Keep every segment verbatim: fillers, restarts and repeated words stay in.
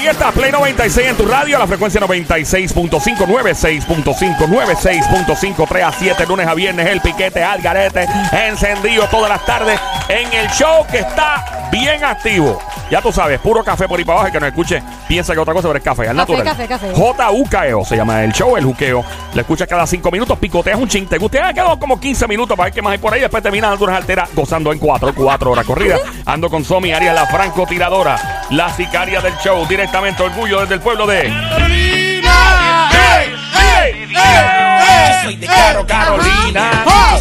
ahí está, Play noventa y seis en tu radio, la frecuencia noventa y seis punto cinco, noventa y seis punto cinco, noventa y seis punto cinco, tres a siete, lunes a viernes, el piquete al garete, encendido todas las tardes en el show que está bien activo. Ya tú sabes, puro café por ahí para abajo, el que nos escuche piensa que otra cosa, pero es café, al natural. Café, café. J U K E O se llama el show, el juqueo. Le escuchas cada cinco minutos, picoteas un ching, te gusta, quedó como quince minutos para ver qué más hay por ahí. Después terminas dando unas alteras, gozando en cuatro, cuatro horas corridas. Ando con Somi Arias, la francotiradora, la sicaria del show, directamente orgullo desde el pueblo de Carolina. ¡Ey, ey, ey, ey! Soy de Caro, Carolina.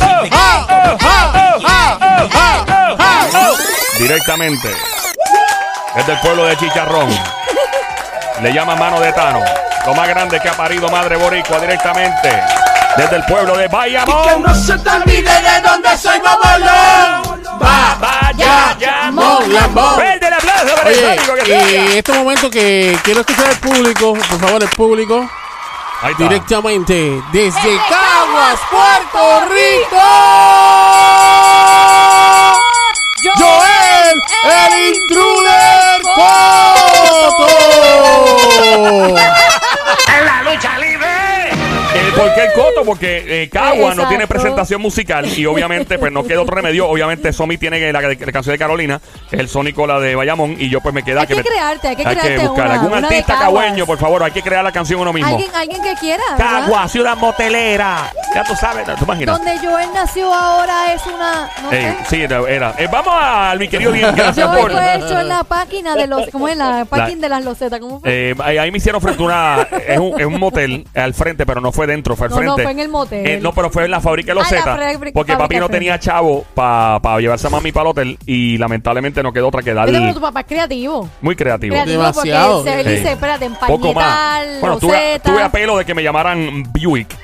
Directamente desde el pueblo de Chicharrón. Le llama Mano de Tano, lo más grande que ha parido madre boricua, directamente desde el pueblo de Bayamón. Que no se te olvide de dónde soy, Bobolón. Va, vaya, ya, Bayamón. Verde el aplauso para el público que Oye, en este momento que quiero escuchar al público, por favor, el público, ahí está. directamente desde Caguas, Puerto Rico, Joel, el intruder Coto. En la lucha libre. Eh, ¿Por qué el Coto? Porque eh, Cagua Exacto. no tiene presentación musical y obviamente pues no queda otro remedio. Obviamente Somi tiene la, la, la canción de Carolina, que es el Sónico, la de Bayamón, y yo pues me queda Hay que, me, crearte, hay que hay crearte que buscar una, algún una de artista Caguas. cagüeño, por favor. Hay que crear la canción uno mismo. Alguien, alguien que quiera, ¿verdad? Cagua, ciudad motelera. Ya tú sabes, ¿tú imaginas? Donde Joel nació ahora es una... No Eh, sé. sí, era. era. Eh, vamos a mi querido Diem, gracias Joel por. fue hecho en la página de los... ¿Cómo es? La página de las losetas. ¿Cómo fue? Eh, ahí, ahí me hicieron frente a una. Es un, es un motel al frente, pero no fue dentro, fue al No, no, frente. fue en el motel. Eh, no, pero fue en la fábrica de Ah, la losetas. fábrica- Porque papi fábrica no de tenía chavo para pa llevarse a mami para el hotel y lamentablemente no quedó otra que darle. Pero tu papá es creativo. Muy creativo. Creativo Demasiado. porque se él Sí. dice, espérate, Poco más. empañitar, Bueno, tuve, loseta. tuve a pelo de que me llamaran Buick.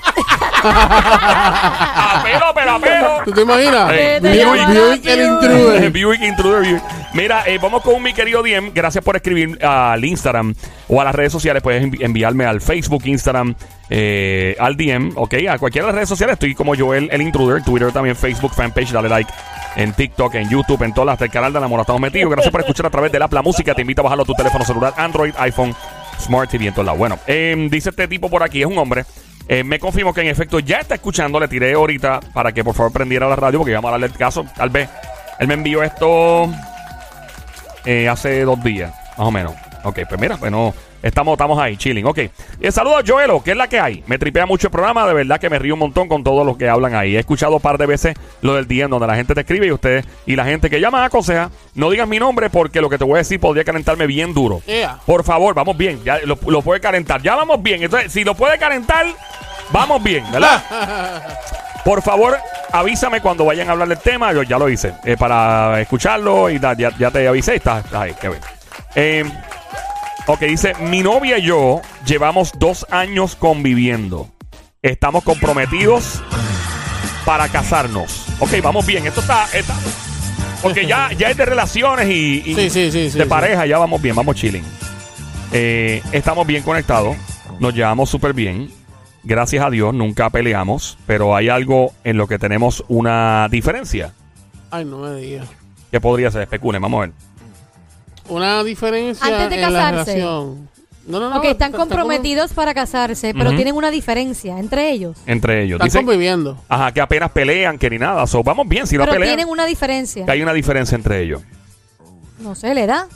A pelo, pero a pelo. ¿Tú te imaginas? Eh, Te Buick, llamarán Buick, el intruder. Buick Intruder, Buick. Mira, eh, vamos con mi querido Diem. Gracias por escribir al Instagram o a las redes sociales. Puedes envi- enviarme al Facebook, Instagram, eh, al D M, ok, a cualquiera de las redes sociales. Estoy como Joel el Intruder, Twitter también, Facebook, fanpage, dale like. En TikTok, en YouTube, en todas las del canal de Enamorado estamos metidos. Gracias por escuchar a través del app La Música. Te invito a bajarlo a tu teléfono celular, Android, iPhone, Smart T V en todos lados. Bueno, eh, dice este tipo por aquí, es un hombre. Eh, me confirmo que en efecto ya está escuchando. Le tiré ahorita para que por favor prendiera la radio porque vamos a darle el caso. Tal vez él me envió esto eh, hace dos días, más o menos. Ok, pues mira, bueno, estamos, estamos ahí, chilling. Ok. Eh, saludos a Joelo, que es la que hay. Me tripea mucho el programa, de verdad que me río un montón con todos los que hablan ahí. He escuchado un par de veces lo del D M donde la gente te escribe y ustedes y la gente que llama aconseja, no digas mi nombre porque lo que te voy a decir podría calentarme bien duro. Yeah. Por favor, vamos bien, ya lo, lo puede calentar. Ya vamos bien. Entonces, si lo puede calentar, vamos bien, ¿verdad? Por favor, avísame cuando vayan a hablar del tema. Yo ya lo hice. Eh, para escucharlo y da, ya, ya te avisé. Estás está ahí, qué bien. Eh, ok, dice, mi novia y yo llevamos dos años conviviendo. Estamos comprometidos para casarnos. Ok, vamos bien. Esto está... está porque ya, ya es de relaciones y, y Sí, sí, sí, sí, de sí. pareja. Ya vamos bien, vamos chilling. Eh, estamos bien conectados. Nos llevamos súper bien. Gracias a Dios, nunca peleamos. Pero hay algo en lo que tenemos una diferencia. Ay, no me digas. ¿Qué podría ser? Especulen, vamos a ver. Una diferencia Antes de en la casarse. relación. No, no, no. Ok, están están comprometidos para casarse, pero Ujú. tienen una diferencia entre ellos. Entre ellos. Están Dicen, conviviendo. ajá, que apenas pelean, que ni nada. So, vamos bien, si no Pero pelean. tienen una diferencia. Que hay una diferencia entre ellos. No sé, ¿le da?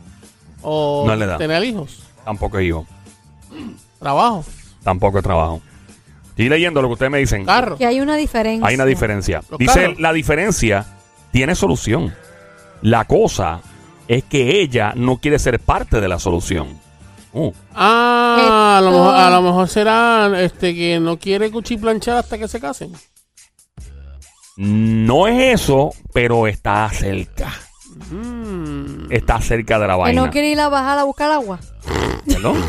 O No le da. tener hijos. Tampoco es hijo. Trabajo. Tampoco es trabajo. Estoy leyendo lo que ustedes me dicen. Carro. Que hay una diferencia. Hay una diferencia. Los Dice, carros. la diferencia tiene solución. La cosa es que ella no quiere ser parte de la solución. Uh. Ah, a lo, Esto- mejor, a lo mejor será este que no quiere cuchiplanchar hasta que se casen. No es eso, pero está cerca. Mm. Está cerca de la Que vaina. no quiere ir a bajar a buscar agua. ¿Perdón?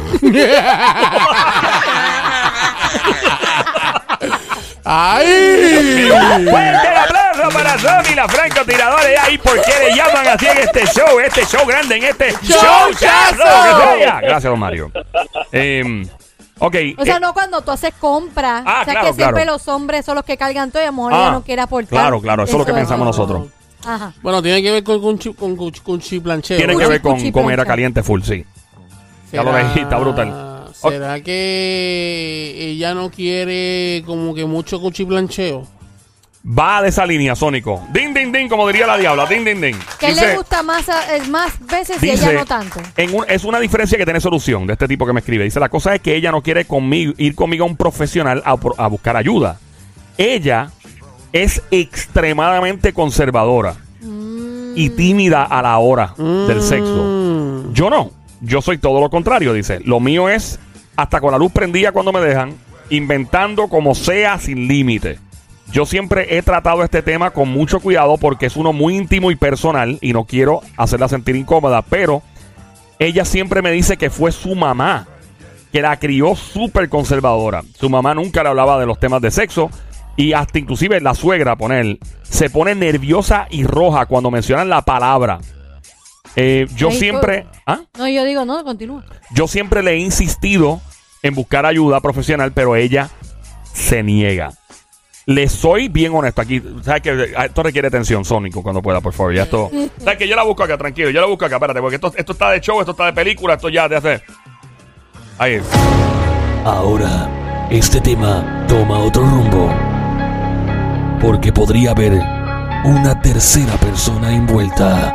¡Ay! ¡Fuerte el aplauso para Somi, la francotiradora! Y ahí, ¿por qué le llaman así en este show? Este show grande, en este ¡Showchazo! ¡Showchazo! Que sea. Gracias, don Mario. Eh, ok. O sea, eh, no cuando tú haces compras. Ah, o sea, claro, que siempre claro. los hombres son los que cargan todo y a lo mejor ah, ella no quiere aportar. Claro, claro. Eso es lo que pensamos es. nosotros. Ajá. Bueno, tiene que ver con, con, chi- con, con cuchiplancheo. Tiene que Cuchi- ver con, cuchi con era plancha. caliente full, sí. Ya lo leí, está brutal. ¿Será que ella no quiere como que mucho cuchiplancheo? Va de esa línea, Sónico. Din, din, din, como diría la diabla. Din, din, din. ¿Qué Dice, le gusta más, a- es más veces y dice, ella no tanto? en un- es una diferencia que tiene solución de este tipo que me escribe. Dice, la cosa es que ella no quiere conmigo, ir conmigo a un profesional a, pro- a buscar ayuda. Ella es extremadamente conservadora y tímida a la hora del sexo. Mm. Yo no. Yo soy todo lo contrario, dice. Lo mío es hasta con la luz prendida cuando me dejan, inventando como sea sin límite. Yo siempre he tratado este tema con mucho cuidado porque es uno muy íntimo y personal y no quiero hacerla sentir incómoda, pero ella siempre me dice que fue su mamá que la crió súper conservadora. Su mamá nunca le hablaba de los temas de sexo y hasta inclusive la suegra, poner, se pone nerviosa y roja cuando mencionan la palabra. Eh, yo Ey, siempre... ¿Ah? No, yo digo, no, continúa. Yo siempre le he insistido en buscar ayuda profesional, pero ella se niega. Le soy bien honesto aquí. ¿Sabes que esto requiere atención, Sónico, cuando pueda, por favor? Ya esto. ¿Sabes que yo la busco acá, tranquilo? Yo la busco acá, espérate, porque esto, esto está de show, esto está de película, esto ya de hacer. Ahí es. Ahora, este tema toma otro rumbo. Porque podría haber una tercera persona envuelta.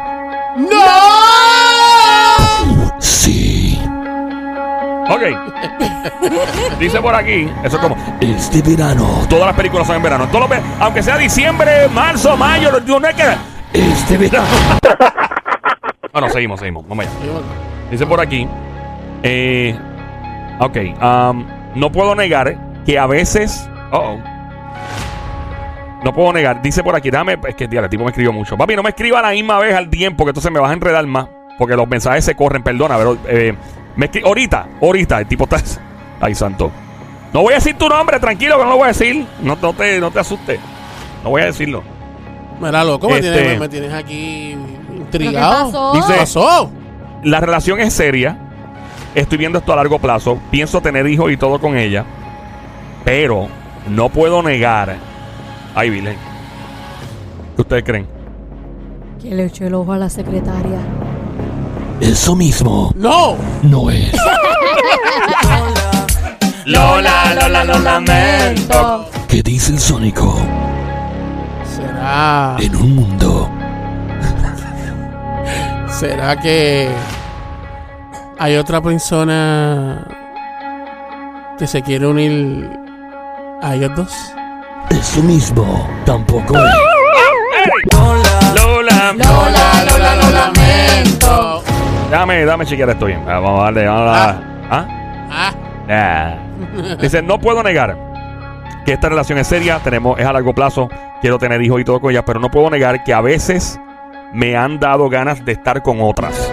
¡No! Sí. Ok. Dice por aquí, eso es como. Este verano. Todas las películas son en verano. Todos los ve- aunque sea diciembre, marzo, mayo, no, no es que. Este verano. Bueno, seguimos, seguimos. Vamos allá. Dice por aquí. Eh, ok. um, no puedo negar que a veces. Uh-oh. No puedo negar. Dice por aquí. Dame. Es que tía, el tipo me escribió mucho. Papi, no me escriba a la misma vez al tiempo, que entonces me vas a enredar más. Porque los mensajes se corren. Perdona, pero. Eh, me escri- ahorita, ahorita. El tipo está. Ay, santo. No voy a decir tu nombre, tranquilo, que no lo voy a decir. No, no, te, no te asustes. No voy a decirlo. Mira, loco, me, Este- tienes, me tienes aquí ¿Pero intrigado. qué pasó? Dice- ¿Qué pasó? La relación es seria. Estoy viendo esto a largo plazo. Pienso tener hijos y todo con ella. Pero no puedo negar. Ay, Virgen. ¿Qué ustedes creen? Que le echó el ojo a la secretaria. Eso mismo. ¡No! No es. Lola, Lola, lo lamento. ¿Qué dice el Sónico? ¿Será, En un mundo. ¿Será que hay otra persona que se quiere unir a ellos dos? Eso mismo. Tampoco es. Lola, Lola, Lola, lo lamento. Dame, dame chequear esto bien. Ah, Vamos a darle, vamos a darle. ¿Ah? Ah, Ah. Dice, no puedo negar que esta relación es seria, tenemos, es a largo plazo, quiero tener hijos y todo con ella, pero no puedo negar que a veces me han dado ganas de estar con otras.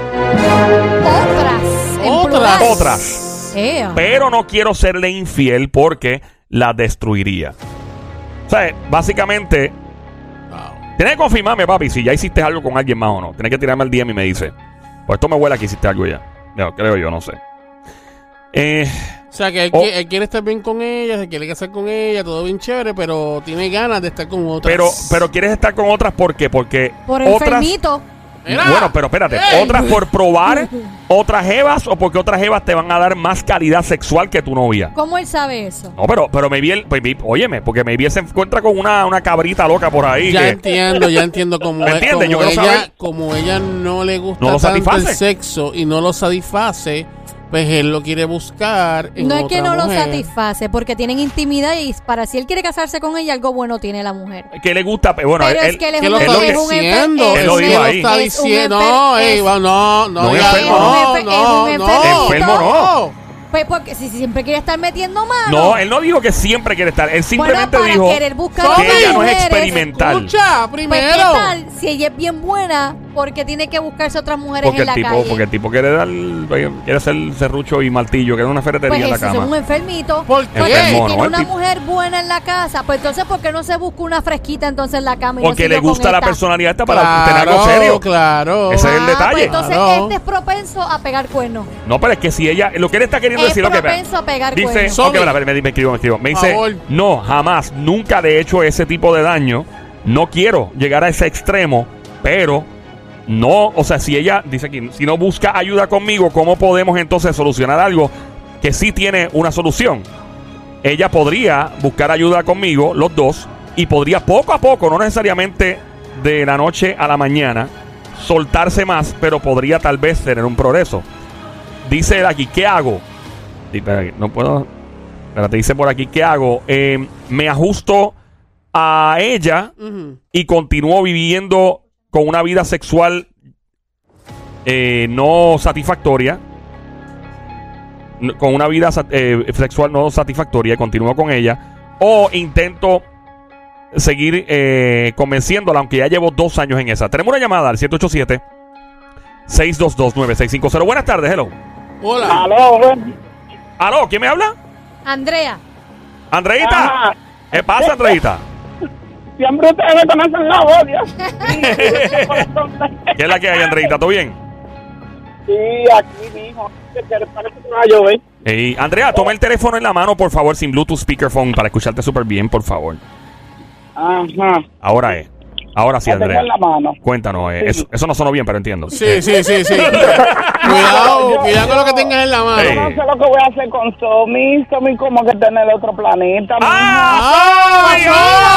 Otras. en Otras. plural. Otras. Ea. Pero no quiero serle infiel porque la destruiría. O sea, básicamente, wow. tienes que confirmarme, papi, si ya hiciste algo con alguien más o no. Tienes que tirarme al D M y me dice, pues esto me huele a que hiciste algo ya. Yo, creo yo, no sé. Eh, O sea, que él, Oh. qui- él quiere estar bien con ella, se quiere casar con ella, todo bien chévere, pero tiene ganas de estar con otras. pero, pero quieres estar con otras, ¿por qué? Porque Por otras... enfermito. Mira. Bueno, pero espérate, ¡Ey! ¿otras por probar otras jevas o porque otras jevas te van a dar más calidad sexual que tu novia? ¿Cómo él sabe eso? No, pero, pero maybe él, maybe- óyeme, porque maybe él se encuentra con una, una cabrita loca por ahí. Ya que- entiendo, ya entiendo como, ¿Me es- entiendes? Yo como quiero ella, saber- como ella no le gusta No lo tanto satisface. el sexo y no lo satisface, pues él lo quiere buscar en No es otra que no lo mujer. satisface, porque tienen intimidad y para si él quiere casarse con ella, algo bueno tiene la mujer. que le gusta, pe- bueno, Pero él, es que él es ¿Qué un lo él está lo que- es un enfer- diciendo? es Él lo un dijo enfer- ahí. está es un diciendo. enfer- No, ey, es- va, no, no, No, diga- enfermo. no, Es un enfer- no, es un no. enfermito. Enfermo no. Pues porque si siempre quiere estar metiendo mano. No, él no dijo que siempre quiere estar. Él simplemente bueno, para dijo querer buscar que a ella no es mujeres, experimental. Escucha, Pues, primero. ¿qué tal si ella es bien buena? Porque tiene que buscarse otras mujeres Porque en el, la tipo, calle. porque el tipo quiere dar, quiere hacer serrucho y martillo, que es una ferretería Pues en la eso es cama. un enfermito. ¿Por qué? Porque Enfermo, si ¿no? tiene El una tipo- mujer buena en la casa, pues entonces ¿por qué no se busca una fresquita entonces en la cama? Y Porque no le sigue con gusta la esta? personalidad esta para Claro, tener algo serio. claro. Ese es el Ah, detalle. pues entonces Claro. este es propenso a pegar cuernos. No, pero es que si ella, lo que él está queriendo Es decir, lo que propenso a pegar dice, cuernos. ok, Sony. a ver, me, me escribo, me escribo. Me dice, Favor. no, jamás, nunca le he hecho ese tipo de daño. No quiero llegar a ese extremo, pero no, o sea, si ella, dice aquí, si no busca ayuda conmigo, ¿cómo podemos entonces solucionar algo que sí tiene una solución? Ella podría buscar ayuda conmigo, los dos, y podría poco a poco, no necesariamente de la noche a la mañana, soltarse más, pero podría tal vez tener un progreso. Dice él aquí, ¿qué hago? Sí, espera, no puedo. Espérate, dice por aquí, ¿qué hago? Eh, me ajusto a ella uh-huh. y continúo viviendo con una vida sexual eh, no satisfactoria. Con una vida eh, sexual no satisfactoria, continúo con ella. O intento seguir eh, convenciéndola, aunque ya llevo dos años en esa. Tenemos una llamada al siete ocho siete, seis dos dos, nueve seis cinco cero. Buenas tardes, hello. Hola. Aló, Aló, ¿quién me habla? Andrea. Andreita. Ajá. ¿Qué pasa, Andreita? Siempre ustedes me conocen la voz, Dios. ¿Qué es la que hay, Andreita? ¿Todo bien? Sí, aquí mismo. Parece que va a llover. Hey, Andrea, toma el teléfono en la mano, por favor, sin Bluetooth speakerphone, para escucharte súper bien, por favor. Ajá. Ahora es. Ahora sí, Andrea. En la mano. Cuéntanos, eh, sí. eso, eso no sonó bien, pero entiendo. Sí, eh. sí, sí, sí. Cuidado, cuidado con lo que tengas en la mano. Yo no sé lo que voy a hacer con Somi. Somi como que tener otro planeta. ¡Ah! ¡Ay,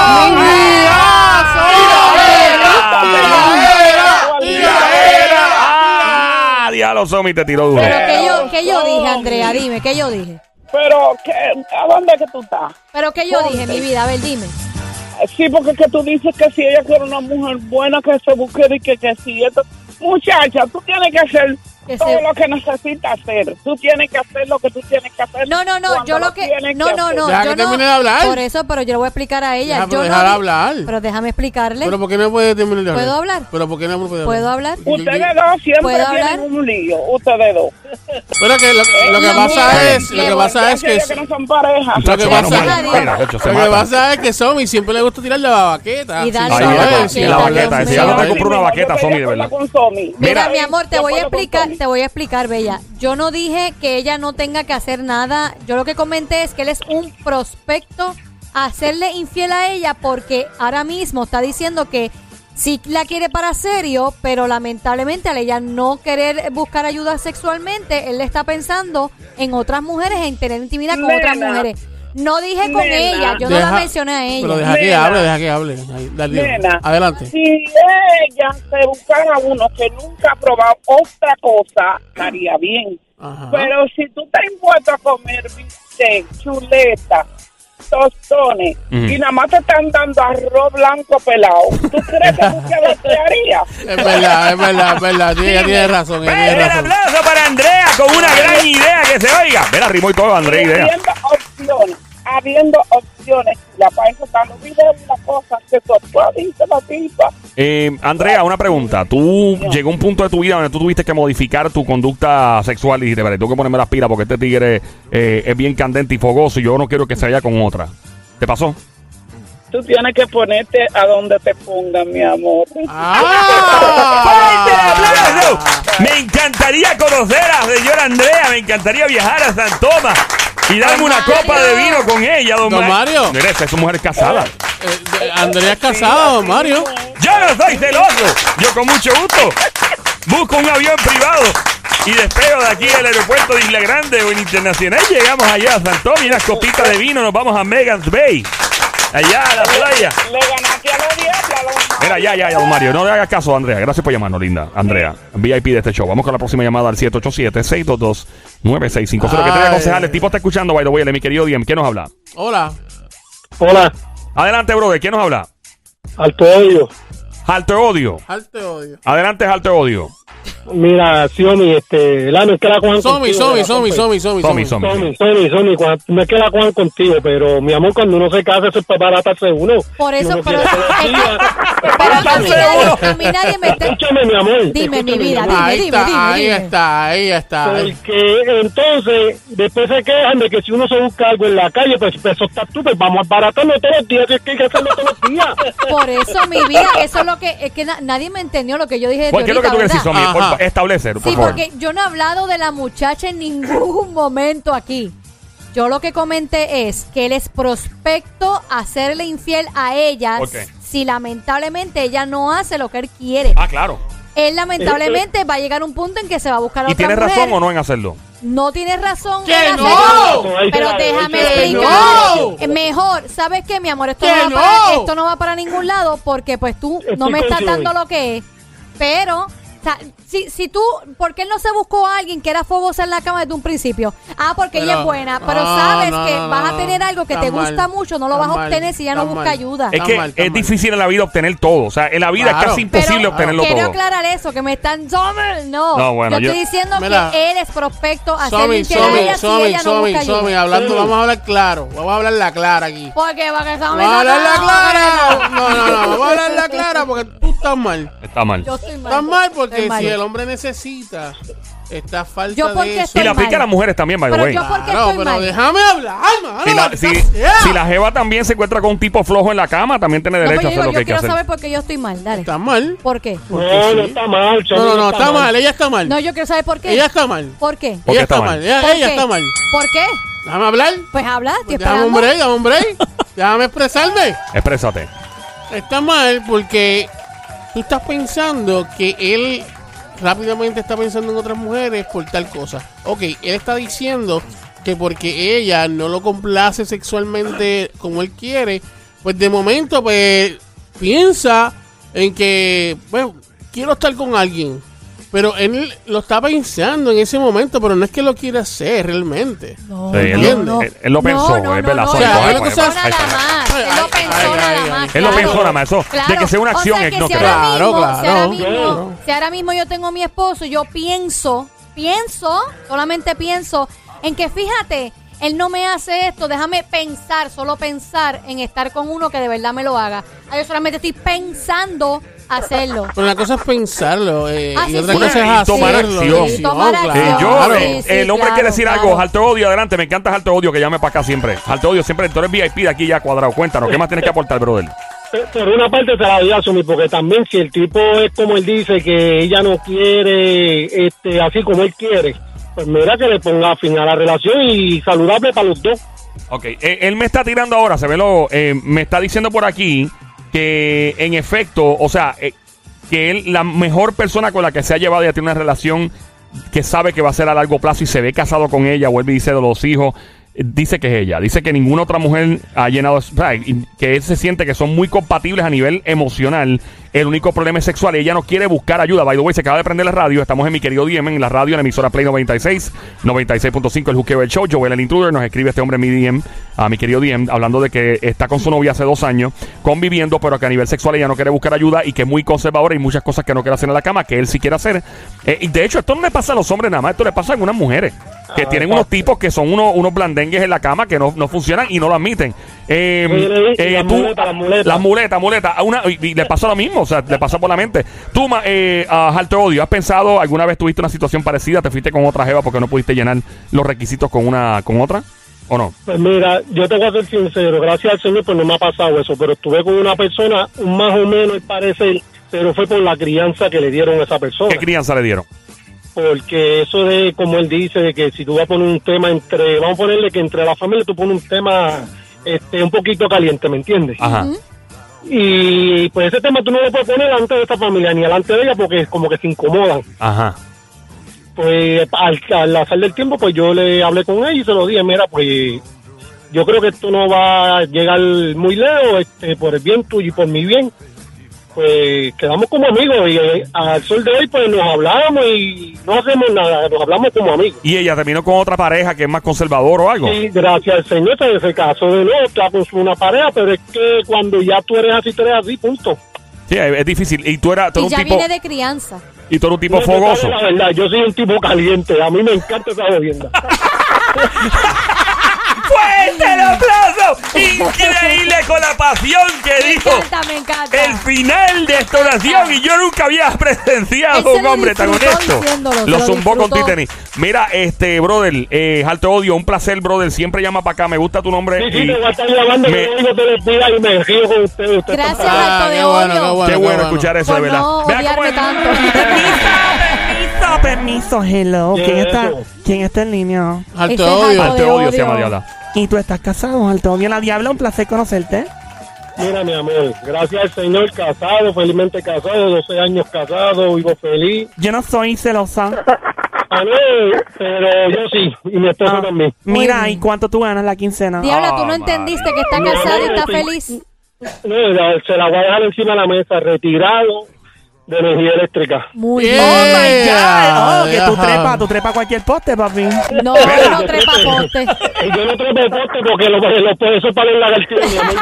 ¡Ah! Diablo, Somi te tiró duro. Pero que yo, que yo dije, Andrea, dime, ¿qué yo dije? Pero, ¿qué? ¿A dónde es que tú estás? Pero que yo dije, mi vida, a ver, dime. Sí, porque es que tú dices que si ella quiere una mujer buena, que se busque y que, que si esto... Muchacha, tú tienes que hacer que todo se... lo que necesitas hacer. Tú tienes que hacer lo que tú tienes que hacer. No, no, no, yo lo que... No, no, no, Deja yo que no... termine de hablar. Por eso, pero yo le voy a explicar a ella. Deja, yo dejar no... hablar. Pero déjame explicarle. ¿Pero por qué no puede terminar de hablar? ¿Puedo hablar? ¿Pero por qué no puede hablar? ¿Puedo hablar? Ustedes dos siempre tienen un lío. Ustedes dos. Pero que lo, lo que pasa es... Lo que pasa es que... que no son pareja. Lo que pasa, lo que pasa es que Somi siempre le gusta tirar la baqueta. Y darle la baqueta. Ya no te compró una baqueta, Somi, de verdad. Mira, mi amor, te voy a explicar, te voy a explicar, Bella. Yo no dije que ella no tenga que hacer nada. Yo lo que comenté es que él es un prospecto a hacerle infiel a ella porque ahora mismo está diciendo que sí la quiere para serio, pero lamentablemente al ella no querer buscar ayuda sexualmente, él le está pensando en otras mujeres, en tener intimidad con Nena. otras mujeres. No dije con Nena. ella, yo Deja, no la mencioné a ella. Pero deja Nena. que hable, deja que hable. Ahí, dale, Nena, adelante. Si ella se buscara a uno que nunca ha probado otra cosa, estaría bien. Ajá. Pero si tú estás impuesto a comer bistec, chuleta, tostones, Mm. y nada más te están dando arroz blanco pelado, ¿tú crees que tú te harías? Es verdad, es verdad, es verdad. Ella tiene razón, ella tiene Un razón. aplauso para Andrea con una gran idea que se oiga. Mira, rimó y todo, Andrea, idea. Habiendo opciones, habiendo opciones, ya para eso están los videos y las cosas que tú dice la tipa. Eh, Andrea, una pregunta. Tú llegó un punto de tu vida donde tú tuviste que modificar tu conducta sexual y dijiste, vale, tengo que ponerme las pilas porque este tigre eh, es bien candente y fogoso y yo no quiero que se vaya con otra. ¿Te pasó? Tú tienes que ponerte a donde te pongan, mi amor. ¡Fuerte el ¡Ah! aplauso! Me encantaría conocer a la señora Andrea, me encantaría viajar a San Tomás y darme una Mario. copa de vino con ella, don, Don Ma- Mario. Mira, esa es su mujer casada. Eh, eh, Andrea es casada, don Mario. Yo no soy celoso, yo con mucho gusto busco un avión privado y despego de aquí del aeropuerto de Isla Grande o en Internacional. Llegamos allá a San Tomás y unas copitas de vino, nos vamos a Megan's Bay, allá a la playa. Le ganaste a los diablos. Mira, ya, ya, ya, don Mario, no le hagas caso, Andrea. Gracias por llamarnos, linda. Andrea, V I P de este show. Vamos con la próxima llamada al siete ocho siete, seis dos dos, nueve seis cinco cero. ¿Qué te voy a aconsejar? El tipo está escuchando, by the way, mi querido Diem. ¿Quién nos habla? Hola. Hola, Adelante, brother. ¿Quién nos habla? Alto Odio. Alto Odio. Alto odio. Adelante, Alto Odio. Mira, Siomi, este, la no es que la cojan Somi, contigo, Somi, la Somi, compa- Somi, Somi, Somi, Somi. Somi. Somi, Somi, Somi, cuando- no es que la cojan contigo, pero mi amor, cuando uno se casa, eso es para baratarse uno. Por Y eso, uno pero, quiere todos los es que- días. pero a mí nadie, a mí nadie me está... Escúchame, mi amor. Dime, mi escúchame, vida, amor. Ahí dime, está, dime, ahí dime. está, ahí está. Porque entonces, después se quejan de que si uno se busca algo en la calle, pues, pues eso está tú, pues vamos a baratarlo todos los días, tienes que hacerlo todos los días. Por eso, mi vida, eso es lo que... Es que na- nadie me entendió lo que yo dije de ¿Cuál- ¿Qué es lo que tú ahorita, decís, Somi? Ajá. Por- Establecer, por Sí, favor. porque yo no he hablado de la muchacha en ningún momento aquí. Yo lo que comenté es que él es prospecto a hacerle infiel a ella Ok. si lamentablemente ella no hace lo que él quiere. Ah, claro. él lamentablemente va a llegar a un punto en que se va a buscar a ¿Y otra tienes mujer. razón o no en hacerlo? No tienes razón ¡Que en no! hacerlo, pero ¡Que déjame no! explicar. Eh, Mejor, ¿sabes qué, mi amor? Esto ¡Que no, va no! para, esto no va para ningún lado porque pues tú no Estoy me estás contigo dando ahí. lo que es. Pero, o sea, si, si tú, ¿por qué él no se buscó a alguien que era fogosa en la cama desde un principio? Ah, porque ella Pero- es buena, pero no, sabes no, que no, vas no, a tener algo que está te gusta mal, mucho, no lo está vas a mal, obtener si ya no está busca mal. ayuda. Es Está que mal, está es mal. difícil en la vida obtener todo. O sea, en la vida Claro. es casi imposible Pero obtenerlo quiero todo. aclarar eso, que me están... No, No, bueno, yo yo- estoy diciendo Mira, que él es prospecto a ser Somi, infiel a Somi, ella si Somi, ella no Somi, busca ayuda. Somi, hablando, vamos a hablar claro. Vamos a hablar la clara aquí. Porque para que Somi Vamos a hablar la no- clara. No, no, no, vamos a hablar la clara porque tú estás mal. Está mal. Yo estoy mal. Estás mal porque Estoy mal. si el hombre necesita, está falta Yo porque de eso. estoy Y la aplica mal. a las mujeres también, by the Pero way. yo porque Claro, estoy pero mal. déjame hablar, mano. Si la, maldita si, sea. si la jeva también se encuentra con un tipo flojo en la cama, también tiene No, derecho pero a yo, hacer digo, lo que yo hay que quiero hacer. saber por qué yo estoy mal. Dale. Está mal. ¿Por qué? No, no está mal. No, no, no, está mal. Ella está mal. No, yo quiero saber por qué. Ella está mal. ¿Por qué? ¿Por qué Ella está está mal? mal. Ella, ¿Por ella qué? está mal. ¿Por qué? Déjame hablar. Pues habla, estoy Déjame esperando. un break, déjame un break. Déjame expresarme. Exprésate. Está mal porque tú estás pensando que él rápidamente está pensando en otras mujeres por tal cosa. Ok, él está diciendo que porque ella no lo complace sexualmente como él quiere, pues de momento pues piensa en que, bueno, quiero estar con alguien. Pero él lo está pensando en ese momento, pero no es que lo quiera hacer realmente. No, Sí, él, no, lo, no. él- él lo pensó, No, no, es no, verdad. no, Sónico, o sea, ahí él lo fue, pensó ahí nada fue. más. Él lo Ay, pensó ay, nada ay, más. ay. Él lo claro. pensó nada más, eso. Claro. De que sea una acción, o sea, él que no si creo. ahora mismo, Claro, si ahora claro. mismo, Claro. si ahora mismo yo tengo a mi esposo, yo pienso, pienso, solamente pienso en que fíjate, él no me hace esto, déjame pensar, solo pensar en estar con uno que de verdad me lo haga. Ah, yo solamente estoy pensando hacerlo. Pero una cosa es pensarlo eh, Ah, y sí, otra sí. cosa Y es tomar hacerlo. acción. Sí, tomar Eh, acción. yo, Claro. eh, Sí, sí, el hombre claro, quiere decir claro. algo. Alto Odio, adelante. Me encanta Alto Odio, que llame para acá siempre. Alto Odio, siempre. Tú eres V I P de aquí ya cuadrado. Cuéntanos, ¿qué más tienes que aportar, brother? Por una parte te la voy a asumir, porque también si el tipo es como él dice, que ella no quiere este así como él quiere, pues mira que le ponga fin a la relación y saludable para los dos. Ok, eh, él me está tirando ahora, se ve lo, eh, me está diciendo por aquí que en efecto, o sea, eh, que él, la mejor persona con la que se ha llevado ya tiene una relación que sabe que va a ser a largo plazo y se ve casado con ella, vuelve y dice de los hijos, eh, dice que es ella, dice que ninguna otra mujer ha llenado, o sea, y que él se siente que son muy compatibles a nivel emocional. El único problema es sexual y ella no quiere buscar ayuda. By the way, se acaba de prender la radio. Estamos en mi querido D M, en la radio, en la emisora Play noventa y seis, noventa y seis punto cinco, el Juqueo del Show. Joel el Intruder, nos escribe este hombre en mi D M, a mi querido D M, hablando de que está con su novia hace dos años, conviviendo, pero que a nivel sexual ella no quiere buscar ayuda y que es muy conservadora y muchas cosas que no quiere hacer en la cama, que él sí quiere hacer. Eh, y de hecho, esto no le pasa a los hombres nada más, esto le pasa a algunas mujeres que Ah, tienen unos tipos que son unos, unos blandengues en la cama que no, no funcionan y no lo admiten. Eh, Sí, eh, las tú- muletas, las muletas. las muletas, muletas. A una, y, y le pasa lo mismo, o sea, le pasa por la mente. Tú, ma- eh, a Alto Odio, ¿has pensado alguna vez tuviste una situación parecida? ¿Te fuiste con otra jeva porque no pudiste llenar los requisitos con una con otra? ¿O no? Pues mira, yo te voy a ser sincero, gracias al Señor pues no me ha pasado eso, pero estuve con una persona más o menos al parecer, pero fue por la crianza que le dieron a esa persona. ¿Qué crianza le dieron? Porque eso de, como él dice, de que si tú vas a poner un tema entre, vamos a ponerle que entre la familia tú pones un tema este un poquito caliente, ¿me entiendes? Ajá. Y pues ese tema tú no lo puedes poner delante de esta familia ni delante de ella porque como que se incomodan. Ajá. Pues al, al hacer del tiempo, pues yo le hablé con ella y se lo dije, mira, pues yo creo que esto no va a llegar muy lejos, este, por el bien tuyo y por mi bien. Pues quedamos como amigos y eh, al sol de hoy pues nos hablamos y no hacemos nada, nos hablamos como amigos. ¿Y ella terminó con otra pareja que es más conservador o algo? Sí, gracias al Señor se se casó de nuevo, está con su- una pareja, pero es que cuando ya tú eres así, tú eres así, punto. Sí, es, es difícil. Y tú eras tú Y eras ya un tipo viene de crianza. y tú eres un tipo No, yo fogoso. sabes La verdad, yo soy un tipo caliente, a mí me encanta esa bebienda. ¡Fuerte el aplauso! Increíble con la pasión que Me dijo. encanta, me encanta. El final de esta oración y yo nunca había presenciado Él se un lo hombre tan disfrutó honesto. diciéndolo, se Lo lo zumbó con disfrutó. Titani. Mira, este, brother, eh, Alto Odio, un placer, brother. Siempre llama para acá, me gusta tu nombre. Sí, sí, y te voy a estar llamando, me- que no digo te despida y me río con ustedes. Usted Gracias, está- Alto de qué bueno, Odio. qué bueno. Qué bueno escuchar eso, Por de verdad. no Vea cómo odiarme es- tanto. Permiso, permiso, hello. ¿Qué ¿Quién es está, eso? ¿Quién está en línea? Alto Ese es odio. alto. Alto de Odio se llama odio. Diabla. ¿Y tú estás casado, Alto Odio? La Diabla, un placer conocerte. Mira, mi amor, gracias al Señor, casado, felizmente casado, doce años casado, vivo feliz. Yo no soy celosa. Ah, no, pero yo sí, y mi esposo Ah. también. Mira, ¿y cuánto tú ganas la quincena? Diabla, tú no Ah, entendiste que está No, casado y no, está sí. feliz. No, la- se la voy a dejar encima de la mesa, retirado de energía eléctrica. Muy Yeah. bien. Oh my God. Oh, que tú Ajá. trepas, tú trepas cualquier poste, papi. No, yo no trepa poste. Y yo no trepo poste porque lo, lo, lo, eso para el lagartijo, mi amor.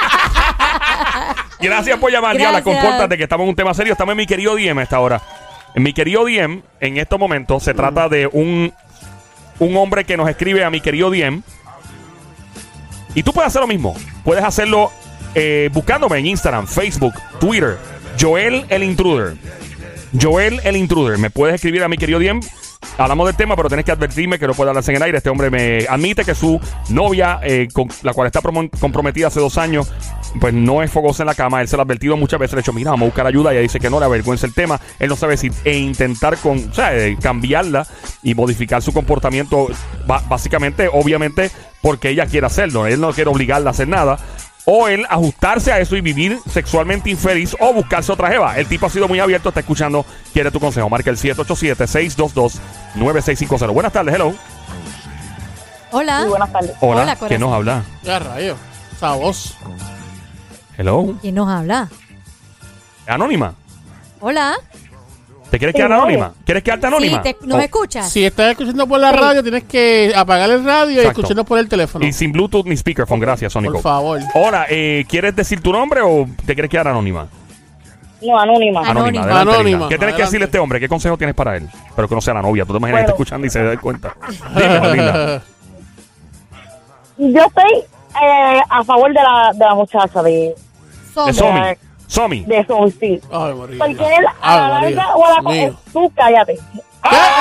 Gracias por llamar, Diabla. Gracias. Compórtate que estamos en un tema serio. Estamos en mi querido D M a esta hora. En mi querido D M, en estos momentos, se trata de un, un hombre que nos escribe a mi querido D M. Y tú puedes hacer lo mismo. Puedes hacerlo eh, buscándome en Instagram, Facebook, Twitter. Joel el Intruder. Joel el Intruder. Me puedes escribir a mi querido D M. Hablamos del tema, pero tienes que advertirme que no puede hablarse en el aire. Este hombre me admite que su novia, eh, con la cual está promo- comprometida hace dos años, pues no es fogosa en la cama. Él se lo ha advertido muchas veces. Le ha dicho, mira, vamos a buscar ayuda. Y ella dice que no, le avergüenza el tema. Él no sabe si e intentar con, o sea, eh, cambiarla y modificar su comportamiento. ba- básicamente, obviamente, porque ella quiere hacerlo. Él no quiere obligarla a hacer nada. O él ajustarse a eso y vivir sexualmente infeliz o buscarse otra jeva. El tipo ha sido muy abierto, está escuchando, quiere tu consejo. Marca el siete ocho siete, seis dos dos, nueve seis cinco cero. Buenas tardes, hello. Hola. Muy buenas tardes. Hola, Hola, ¿quién nos habla? Ya, rayo. Esa voz. Hello. ¿Quién nos habla? Anónima. Hola. ¿Te quieres Sí, quedar no. anónima? ¿Quieres quedarte anónima? Sí, te- ¿nos Oh, escuchas? Si estás escuchando por la Sí. radio, tienes que apagar el radio y Exacto. escucharnos por el teléfono. Y sin Bluetooth ni speakerphone, gracias, Sónico. Por favor. Hola, eh, ¿quieres decir tu nombre o te quieres quedar anónima? No, anónima. Anónima. adelante, Anónima, Linda. ¿Qué tienes que adelante. decirle a este hombre? ¿Qué consejo tienes para él? Pero que no sea la novia. Tú te imaginas que está Bueno. escuchando y se da cuenta. Dime, Linda. Yo estoy eh, a favor de la, de la muchacha, de, De Somos. Somi. Somi. de Son, sí. Ay, María. Porque él a Ay, la María. larga o a la Dios mío. eh, tú cállate. ¿Qué? ¡Eh,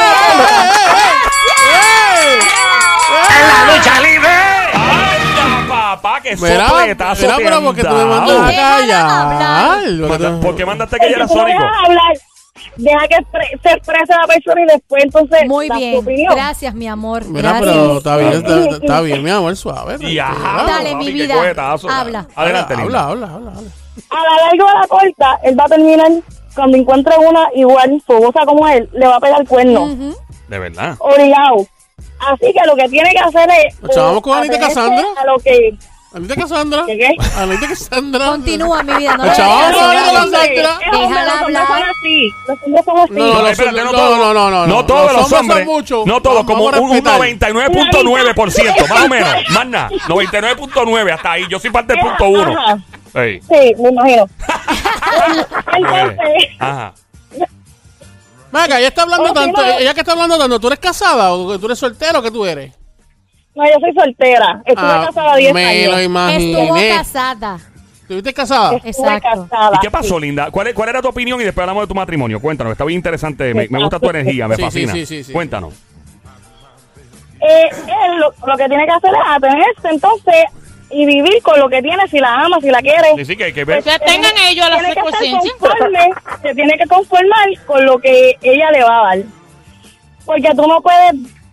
eh, ¡En la lucha libre! ¡Anda, papá! ¡Qué eh, eh! Mira, sopletazo mira, te pero han porque tú me dado! mandas a Déjala callar. Porque Manda- tú- ¿Por qué mandaste que ella era Porque tú no Sónico? dejas hablar, deja que expre- se exprese la persona y después entonces Muy da tu bien. opinión. Gracias, mi amor. Mira, Gracias. pero está bien, está, está bien, mi amor, suave. Ya, tranquila. Dale, papi, mi qué vida. cohetazo. Habla. Adelante, habla, Linda. habla, habla, habla. A la larga o a la corta, él va a terminar, cuando encuentre una igual fogosa como él, le va a pegar el cuerno. Ujú. De verdad. Obligado. Así que lo que tiene que hacer es... Nos chavamos con eh, Anita atenerse Cassandra. A lo que... Anita Cassandra. ¿Qué qué? Anita Cassandra. Continúa, mi vida. No Nos le chavamos hagas con caso, Anita dale. Cassandra. Es hombre, Déjala los hombres son hablar. así. Los hombres son así. No, no, No, no, espérate, no, no no, todos. no, no, no, No todos los hombres. son muchos. No todos, como Vamos a un, un respetar. noventa y nueve punto nueve por ciento, más o menos. Más nada. noventa y nueve punto nueve hasta ahí. Yo soy parte del punto uno. Ajá. Ey. Sí, me imagino. Entonces, Ajá. Venga, ella está hablando Oh, tanto. sí, no. Ella que está hablando tanto. ¿Tú eres casada o que tú eres soltero o que tú eres? no, yo soy soltera. Estuve Ah, casada diez me años. lo Estuvo imaginé. casada. ¿Estuviste casada? Estuve Exacto. casada. ¿Y qué pasó, sí. Linda? ¿Cuál, es- ¿Cuál era tu opinión? Y después hablamos de tu matrimonio. Cuéntanos, está bien interesante. Me, me gusta tu energía, me Sí, sí, fascina. sí, sí, sí. Cuéntanos. Eh, él lo, lo que tiene que hacer es atenerse entonces y vivir con lo que tiene, si la ama, si la quiere. Sí, sí, que, que ver. Pues, tengan tiene- ellos la tiene que estar frecuencia. conforme, se tiene que conformar con lo que ella le va a dar. Porque tú no puedes...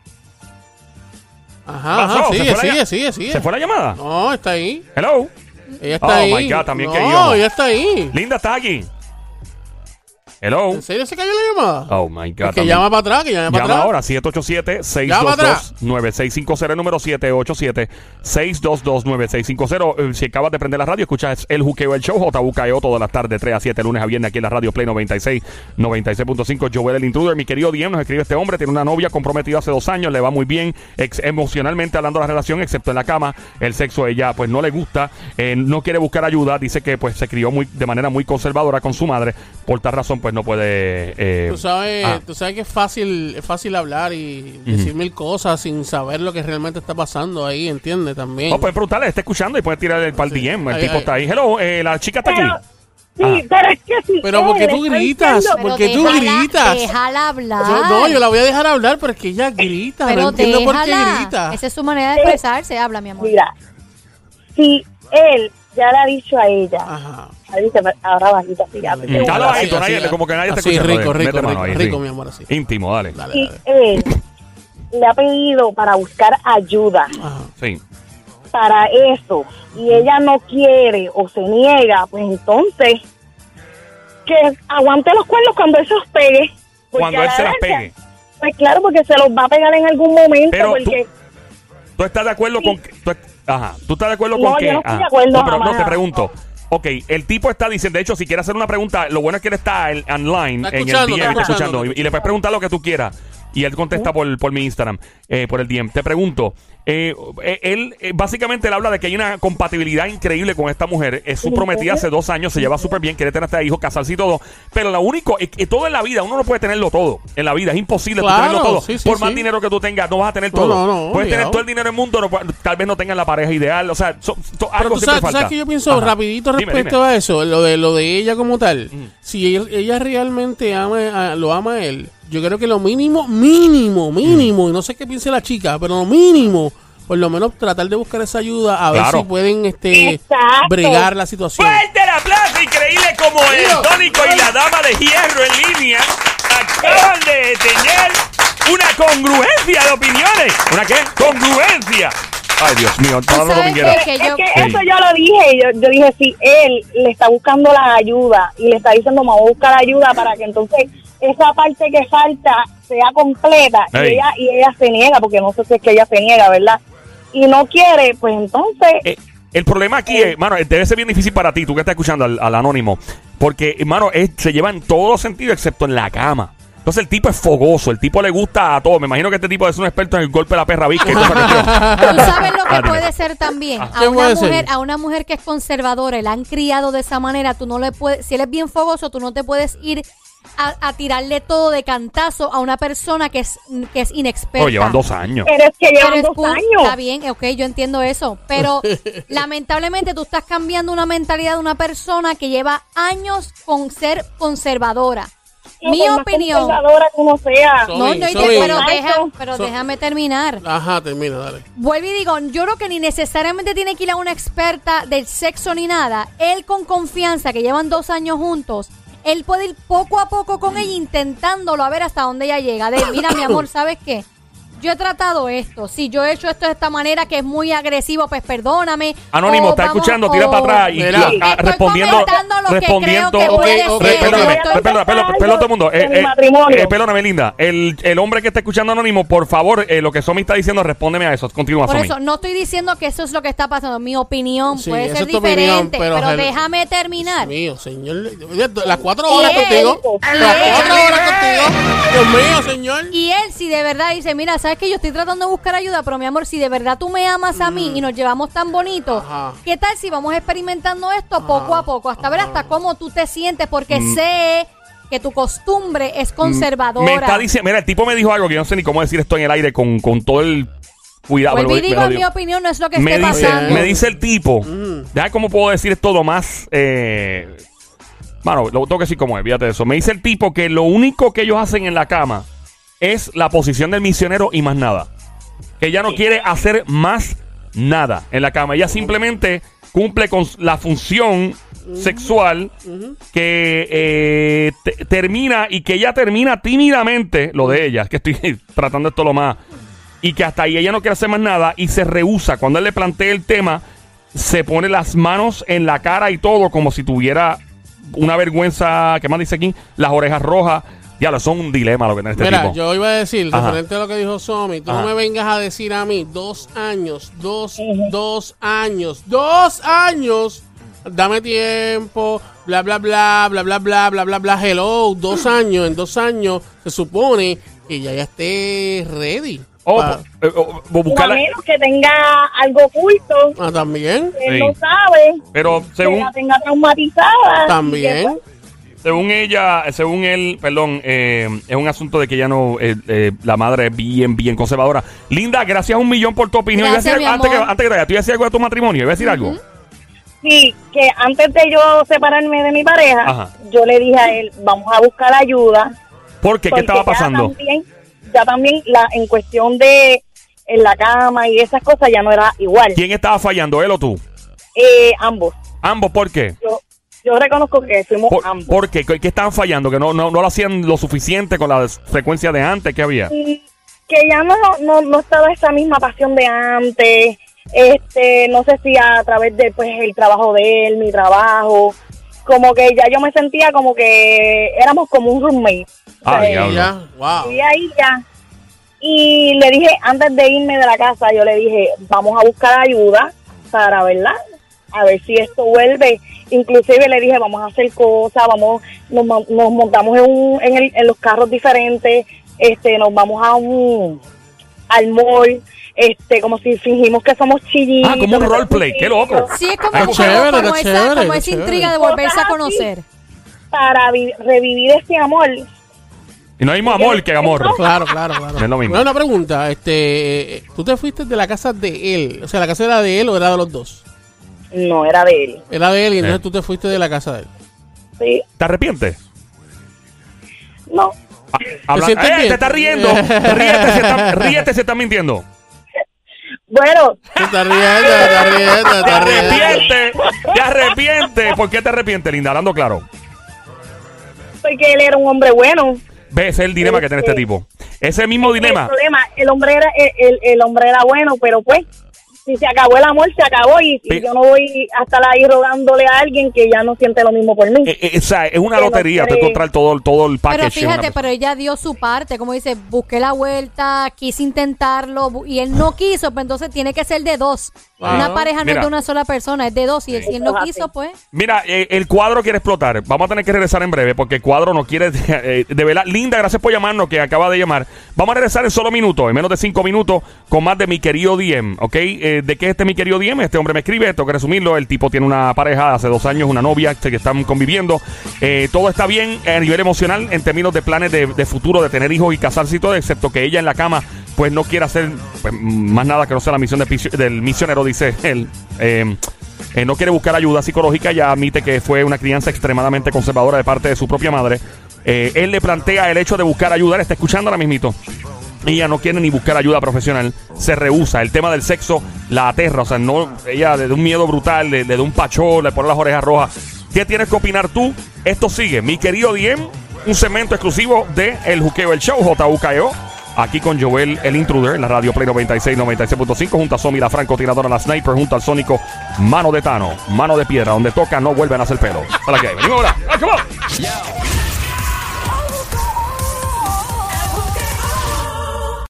Ajá, Pasó, ajá, se sigue, fue la sigue, ll- sigue, sigue. ¿Se fue la llamada? No, está ahí. Hello. Ella está Oh, ahí. my God, también no, que yo. ella está ahí. Linda está aquí. Hello. ¿En serio se cayó la llamada? Oh, my God. Es que también. llama para atrás, que llame para Llama atrás. ahora, siete ocho siete, seis Llama dos atrás. dos, nueve seis cinco cero, el número siete ocho siete, seis dos dos, nueve seis cinco cero. Eh, Si acabas de prender la radio, escuchas El Juqueo, el show, J U K E O, todas las tardes, tres a siete, lunes a viernes, aquí en la radio Play noventa y seis, noventa y seis punto cinco. Joel el Intruder, mi querido Diem, nos escribe este hombre, tiene una novia comprometida hace dos años, le va muy bien, ex- emocionalmente hablando de la relación, excepto en la cama, el sexo a ella pues no le gusta, eh, no quiere buscar ayuda, dice que pues se crió muy de manera muy conservadora con su madre, por tal razón pues no puede... eh, Tú sabes, ah. tú sabes que es fácil, es fácil hablar y decir mil cosas sin saber lo que realmente está pasando ahí, ¿entiendes? También. Oh, puedes preguntarle, está escuchando y puedes tirar el par D M. El Ahí, tipo ahí. está ahí. Hello, eh, la chica está Pero, aquí. sí, Ah. pero es que sí. Pero ¿por qué tú gritas? Pero ¿Por qué tú déjala- gritas? Déjala hablar. Yo- no, yo la voy a dejar hablar, pero es que ella grita. Pero no entiendo por qué déjala. grita. Esa es su manera de expresarse. Habla, mi amor. Mira, si él ya le ha dicho a ella, Ajá. ahí dice, ahora bajita, así, ya, Mm. porque Dale uno- bajito, así, nadie- así, como que nadie te así, escucha. rico, brother. rico, Mete mano rico, ahí, rico, sí. mi amor, así. Íntimo, dale. Dale, si dale. él le ha pedido para buscar ayuda Ajá. Sí. para eso y ella no quiere o se niega, pues entonces que aguante los cuernos cuando él se los pegue. Cuando él se las pegue. Pues claro, porque se los va a pegar en algún momento. Pero porque... tú, ¿tú estás de acuerdo sí. con que, tú, ajá, ¿tú estás de acuerdo no, con que? Yo no estoy ajá. de acuerdo, no, pero jamás. no, te pregunto. Ok, el tipo está diciendo, de hecho, si quiere hacer una pregunta, lo bueno es que él está en, online, está en el D M, está está escuchando, escuchando, y, y le puedes preguntar lo que tú quieras. Y él contesta por, por mi Instagram, eh, por el D M. Te pregunto, eh, eh, él eh, básicamente él habla de que hay una compatibilidad increíble con esta mujer. Es su prometida hace dos años, se lleva súper bien, quiere tener hasta hijos, casarse y todo. Pero lo único, es que todo en la vida, uno no puede tenerlo todo. En la vida es imposible tú claro, tenerlo todo. sí, sí, por sí. más dinero que tú tengas, no vas a tener No, todo. no, no, Puedes obligado. tener todo el dinero del mundo, no, tal vez no tengas la pareja ideal. O sea, so, so, Pero algo tú siempre sabes, tú falta. sabes que yo pienso Ajá. rapidito Dime, respecto dime. a eso, lo de lo de ella como tal. Mm. Si ella, ella realmente ama, a- lo ama a él, yo creo que lo mínimo, mínimo, mínimo, y no sé qué piense la chica, pero lo mínimo, por lo menos tratar de buscar esa ayuda a Claro. ver si pueden este Exacto. bregar la situación. Fuerte el aplauso, increíble como el tónico y la dama de hierro en línea acaban de tener una congruencia de opiniones. ¿Una qué? Congruencia. Ay, Dios mío, todas las sabes domingueras. que Es yo- que Sí. eso yo lo dije, yo, yo dije, si él le está buscando la ayuda y le está diciendo, vamos a buscar ayuda para que entonces esa parte que falta sea completa, y Ey. ella y ella se niega, porque no sé si es que ella se niega, ¿verdad? Y no quiere, pues entonces... Eh, el problema aquí es, mano, debe ser bien difícil para ti, tú que estás escuchando al, al anónimo, porque, hermano, es, se lleva en todos los sentidos excepto en la cama. Entonces el tipo es fogoso, el tipo le gusta a todo. Me imagino que este tipo es un experto en el golpe de la perra visca y toda esa cuestión. Tú sabes lo que Ah, dime. puede ser también. Ajá. A ¿Qué una puede ser? mujer, a una mujer que es conservadora y la han criado de esa manera, tú no le puedes, si él es bien fogoso, tú no te puedes ir a, a tirarle todo de cantazo a una persona que es que es inexperta. Oh, llevan dos años. Pero es que Pero llevan es dos cool, años. Está bien, ok, yo entiendo eso. Pero lamentablemente tú estás cambiando una mentalidad de una persona que lleva años con ser conservadora. No, Mi por más opinión. conservadora que uno sea. So- No, Soy- no, y te- soy- pero, deja- pero So- déjame terminar. Ajá, termina, dale. Vuelvo y digo, yo creo que ni necesariamente tiene que ir a una experta del sexo ni nada. Él con confianza, que llevan dos años juntos, él puede ir poco a poco con ella intentándolo a ver hasta dónde ella llega. De, mira, mi amor, ¿sabes qué? Yo he tratado esto. Si yo he hecho esto de esta manera que es muy agresivo, pues perdóname. Anónimo, O está vamos- escuchando, tira o- para atrás y Mira, y- ah, Estoy respondiendo. comentando lo que respondiendo. creo que Ok, puede ok, ser. Perdóname, Estoy- perdóname, perdóname, perdóname todo el mundo. Eh, En mi eh, matrimonio. eh, perdóname, linda. El, el hombre que está escuchando Anónimo, por favor, eh, lo que Somi está diciendo, respóndeme a eso. Continúa, Por Somi. eso, no estoy diciendo que eso es lo que está pasando. Mi opinión Sí, puede esa ser es tu opinión, diferente, pero pero, el- déjame terminar. Dios mío, señor. Oye, Las cuatro horas Y él- contigo. y Las él- cuatro horas contigo. Dios mío, señor. Y él, si de verdad dice, mira, sabes que yo estoy tratando de buscar ayuda, pero mi amor, si de verdad tú me amas a mí y nos llevamos tan bonito, Ajá. ¿qué tal si vamos experimentando esto poco a poco? Hasta ver hasta cómo tú te sientes, porque Mm. sé que tu costumbre es conservadora. Me está diciendo, mira, el tipo me dijo algo que yo no sé ni cómo decir esto en el aire con, con todo el cuidado. Vuelvo y me lo- digo, me lo en mi digo. opinión, no es lo que me esté dice, pasando. me dice el tipo, ya cómo puedo decir esto lo más, eh, mano, lo tengo que decir como es, fíjate de eso. Me dice el tipo que lo único que ellos hacen en la cama es la posición del misionero y más nada. Que ella no quiere hacer más nada en la cama. Ella simplemente cumple con la función sexual que eh, te- termina y que ella termina tímidamente, lo de ella, es que estoy tratando esto lo más, y que hasta ahí ella no quiere hacer más nada y se rehúsa. Cuando él le plantea el tema, se pone las manos en la cara y todo como si tuviera una vergüenza, ¿qué más dice aquí? Las orejas rojas. Ya lo son un dilema lo que tiene este Mira, tipo. yo iba a decir, Ajá. referente a lo que dijo Somi, tú Ajá. no me vengas a decir a mí, dos años, dos, dos años, dos años, dame tiempo, bla, bla, bla, bla, bla, bla, bla, bla, bla, hello, dos años, en dos años se supone que ya, ya esté ready. Oh, Pa- eh, oh, oh, O a buscarla- menos que tenga algo oculto, ah, también, que él Sí. no sabe, pero que según la tenga traumatizada. también. y que, pues, según ella, según él, perdón, eh, es un asunto de que ya no, eh, eh, la madre es bien, bien conservadora. Linda, gracias un millón por tu opinión. Gracias, Iba a decir mi algo- antes, que, amor. antes que te vaya, ¿tú ibas a decir algo de tu matrimonio? ¿Iba a decir algo? Sí, que antes de yo separarme de mi pareja, Ajá. yo le dije a él, vamos a buscar ayuda. ¿Por qué? ¿Qué porque estaba ya pasando? también, ya también la, en cuestión de en la cama y esas cosas ya no era igual. ¿Quién estaba fallando, él o tú? Eh, ambos. Ambos, ¿por qué? Yo, yo reconozco que fuimos ¿Por, ambos. ¿por qué? ¿Qué qué estaban fallando? ¿Que no, no, no lo hacían lo suficiente con la frecuencia de antes que había? Y que ya no, no, no estaba esa misma pasión de antes. este, no sé si a través de pues el trabajo de él, mi trabajo, como que ya yo me sentía como que éramos como un roommate. Ah, o sea, diablo. Ya, wow. vivía ahí ya. Y le dije, antes de irme de la casa, yo le dije, vamos a buscar ayuda para, ¿verdad? A ver si esto vuelve. Inclusive le dije, vamos a hacer cosas, vamos, nos, nos montamos en, un, en, el, en los carros diferentes, este, nos vamos a un al mall, este, como si fingimos que somos chillitos. Ah, como un roleplay, qué loco. Sí, es como, Está como, chévere, como está esa, chévere, como está esa chévere. intriga de volverse a conocer. Para vi- revivir ese amor. Y no hay más amor que amor. Claro, claro, claro. No es lo mismo. Bueno, una pregunta, este, ¿tú te fuiste de la casa de él? O sea, ¿la casa era de él o era de los dos? No, era de él. Era de él y entonces Eh. tú te fuiste de la casa de él. Sí, ¿Te arrepientes? no. Ah, habla- sientes ¡Eh, bien? te estás riendo! Ríete si estás ríete si estás mintiendo. Bueno, Te estás riendo, te estás riendo, te ¡Te estás riendo. arrepientes! ¡Te arrepientes! ¿Por qué te arrepientes, Linda? Hablando claro. porque él era un hombre bueno. Ves, ese es el dilema que tiene este tipo. Ese mismo dilema. El problema, el hombre era el, el, el hombre era bueno, pero pues si se acabó el amor, se acabó y, y Pe- yo no voy a estar ahí rogándole a alguien que ya no siente lo mismo por mí. Eh, eh, o sea, es una Que no lotería tú quiere- encontrar todo, todo el package. Pero en una fíjate, persona. pero ella dio su parte, como dice, busqué la vuelta, quise intentarlo bu- y él no quiso, pues entonces tiene que ser de dos. Wow. Una pareja no Mira. es de una sola persona, es de dos y él, si él no Eso es quiso, así. pues... Mira, eh, el cuadro quiere explotar. Vamos a tener que regresar en breve porque el cuadro no quiere. Eh, de verdad, Linda, gracias por llamarnos, que acaba de llamar. Vamos a regresar en solo minutos, en menos de cinco minutos, con más de mi querido D M, ¿ok? Eh, ¿De qué es este mi querido D M? Este hombre me escribe, tengo que resumirlo. El tipo tiene una pareja hace dos años, una novia que están conviviendo. Eh, todo está bien a nivel emocional en términos de planes de, de futuro, de tener hijos y casarse y todo, excepto que ella en la cama, pues no quiere hacer pues, más nada que no sea la misión de pisio- del misionero, dice él. Eh, eh, no quiere buscar ayuda psicológica, ya admite que fue una crianza extremadamente conservadora de parte de su propia madre. Eh, él le plantea el hecho de buscar ayuda, él está escuchando ahora mismito. Ella no quiere ni buscar ayuda profesional, se rehúsa. El tema del sexo la aterra, o sea, no, ella le da un miedo brutal, le, le da un pachón, le pone las orejas rojas. ¿Qué tienes que opinar tú? Esto sigue, mi querido D M, un segmento exclusivo de El Juqueo, el Show, J U K E O. Aquí con Joel, el Intruder, en la radio Play noventa y seis, noventa y seis punto cinco, junto a Somi, la francotiradora, la Sniper, junto al Sónico, Mano de Tano, Mano de Piedra, donde toca no vuelven a hacer pelo. Hola, que hay. Venimos ahora. ¡Ah, come on!